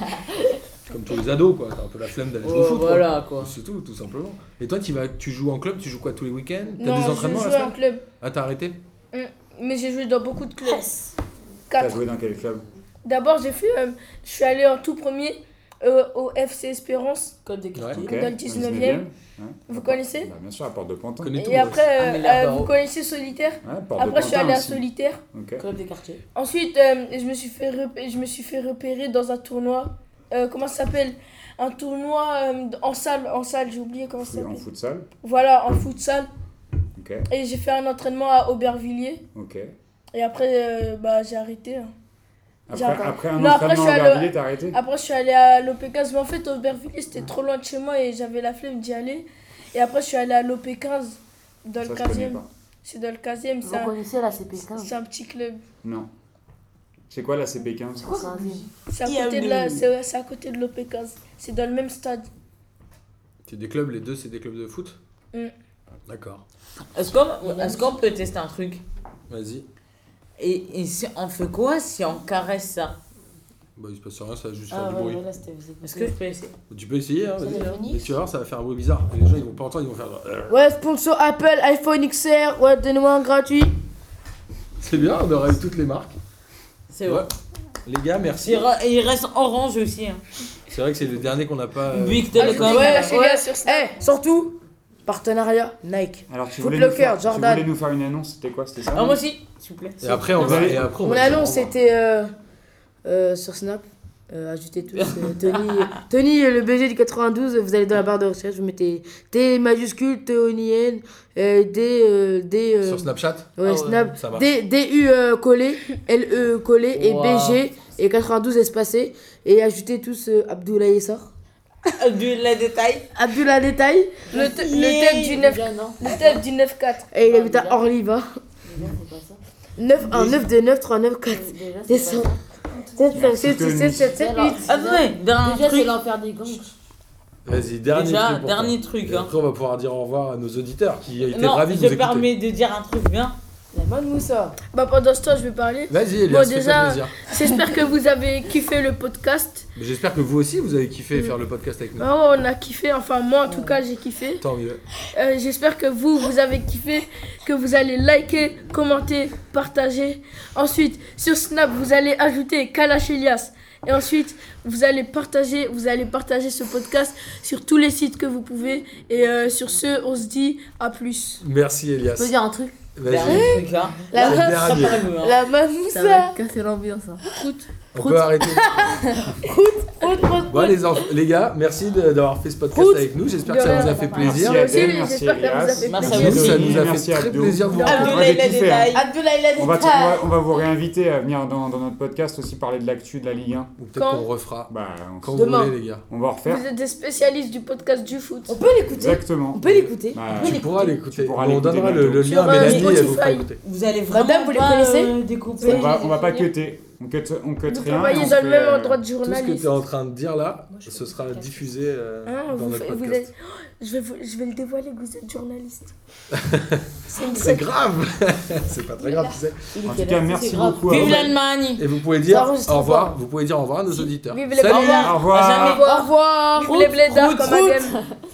Comme tous les ados, quoi. T'as un peu la flemme d'aller jouer au foot. Voilà quoi. C'est tout simplement. Et toi, tu joues en club, tu joues quoi tous les week-ends? T'as Non, des entraînements je à la jouais en semaine? club. Ah, t'as arrêté? Mais j'ai joué dans beaucoup de clubs. T'as 4. joué dans quel club? D'abord, je suis allé en tout premier au FC Espérance, Code des quartiers. Ok. dans le 19e. Vous connaissez? Bah, bien sûr, à Porte de Pantin. Connais tout, Et après, Amélie vous connaissez Solitaire? Ouais, Porte de Après, je suis allé à aussi. Solitaire. Ok. Club des quartiers. Ensuite, je me suis fait repérer dans un tournoi. Comment ça s'appelle? Un tournoi en salle, j'ai oublié comment ça En s'appelle. futsal. Voilà, en futsal. Ok. Et j'ai fait un entraînement à Aubervilliers. Ok. Et après, j'ai arrêté. Hein. Après un Non, après, entraînement je suis à allé- Aubervilliers, t'as arrêté? Après, je suis allé à l'OP15. Mais en fait, Aubervilliers, c'était trop loin de chez moi et j'avais la flemme d'y aller. Et après, je suis allé à l'OP15, dans le Ça, je connais 15e. pas. C'est dans le 15e. Vous connaissez la CP15? C'est un petit club. Non. C'est quoi la CP15? C'est quoi ça? C'est à Il y a côté de le- c'est à côté de l'OP15. C'est dans le même stade. C'est des clubs, les deux, c'est des clubs de foot? Mm. D'accord. Est-ce qu'on peut tester un truc? Vas-y. Et on fait quoi si on caresse ça? Bah, il se passe rien, ça va juste faire Ah du ouais, bruit. voilà, c'était visible. Est-ce que je peux essayer? Tu peux essayer, hein, Ça vas-y. fait Hein. Phoenix. Mais tu vas voir, ça va faire un bruit bizarre. Et les gens, ils vont pas entendre, ils vont faire genre. Ouais, sponsor Apple, iPhone XR, ouais, donnez-moi un gratuit. C'est bien, on aurait eu toutes les marques. C'est Ouais. vrai. Les gars, merci. Il reste orange aussi. Hein. C'est vrai que c'est le dernier qu'on n'a pas. Big Telecom. Ouais, Ouais, les gars, sur Snap. Surtout, partenaria Nike. Alors, tu Foot voulais, Locker, tu Jordan. voulais nous faire une annonce, c'était quoi? C'était ça? Ah, moi aussi, s'il vous plaît. Et après, on va. Et après, on Mon va annonce, dire au revoir. c'était sur Snap. Ajoutez tous Tony, le BG du 92, vous allez dans la barre de recherche, vous mettez T majuscule, Tony N, D. Sur Snapchat? Ouais, Ah ouais, Snap. ça marche. DU collé, LE collé et Wow. BG et 92 espacé. Et ajoutez tous Abdoulaye Essar. Les détails. Abdoulaye Détail. Le thème du 9 Déjà, non. le thème du 9-4. Et il habite à Orliva. Déjà, c'est pas ça. 9-1, 9-2-9, 3-9, 4. Déjà, c'est Descends. pas ça. 7, 5, Merci, 6, 7, 7, 7, 8. Attendez, dernier Déjà, c'est truc. l'enfer des gangs. Vas-y, dernier Déjà, truc. pour dernier toi. truc. Et Hein. après, on va pouvoir dire au revoir à nos auditeurs qui étaient Non, ravis de je nous écouter. permets de dire un truc bien. La bonne moussa. Bah, pendant ce temps, je vais parler. Vas-y, Elias, Bon, fais-toi déjà- plaisir. J'espère que vous avez kiffé le podcast. Mais j'espère que vous aussi, vous avez kiffé faire le podcast avec nous. Ah ouais, on a kiffé. Enfin, moi, en tout cas, j'ai kiffé. Tant mieux. J'espère que vous avez kiffé, que vous allez liker, commenter, partager. Ensuite, sur Snap, vous allez ajouter Kalash Elias. Et ensuite, vous allez partager ce podcast sur tous les sites que vous pouvez. Et sur ce, on se dit à plus. Merci, Elias. Je peux dire un truc? Vas-y. Dernier truc, hein. La C'est le dernier. Ça paraît mieux, hein. La bonne Ça va moussa. casser l'ambiance. Hein. On peut arrêter. Bon, les gars, merci d'avoir fait ce podcast Prout. avec nous. J'espère que De ça vous rien. a fait plaisir. Merci à Aussi, Adèle, merci j'espère que ça vous a Elias. fait Merci plaisir. à Nous, vous. ça nous a Merci fait très Abdou. plaisir de vous Moi, rencontrer. Abdoulaye, j'ai les kiffé, détails. Abdoulaye la On va vous réinviter à venir dans notre podcast aussi parler de l'actu de la Ligue 1. Ou peut-être Quand qu'on refera. Bah, Quand vous Demain. voulez, les gars. on va refaire. Vous êtes des spécialistes du podcast du foot. On peut l'écouter. Exactement. On peut l'écouter. Bah, Tu pourras l'écouter. Tu pourras On l'écouter donnera bientôt. le lien Sur, à Mélanie et elle vous fera Spotify. écouter. Vous allez vraiment Madame, vous les pas, connaissez découper. on va pas cutter. On cut Vous rien. travaillez on dans le fait, même endroit de Tout ce que journaliste. tu es en train de dire là, ce sera diffusé Hein, dans notre vous podcast. êtes... je vais le dévoiler que vous êtes journaliste. C'est grave. C'est pas très grave, tu sais. En tout cas, merci beaucoup à Vive vous. l'Allemagne. Et vous pouvez dire Ça enregistre au revoir. pas. Vous pouvez dire au revoir à nos auditeurs. Vive les Salut. Blédards. Au revoir. Au revoir. Vive les Blédards comme Adem.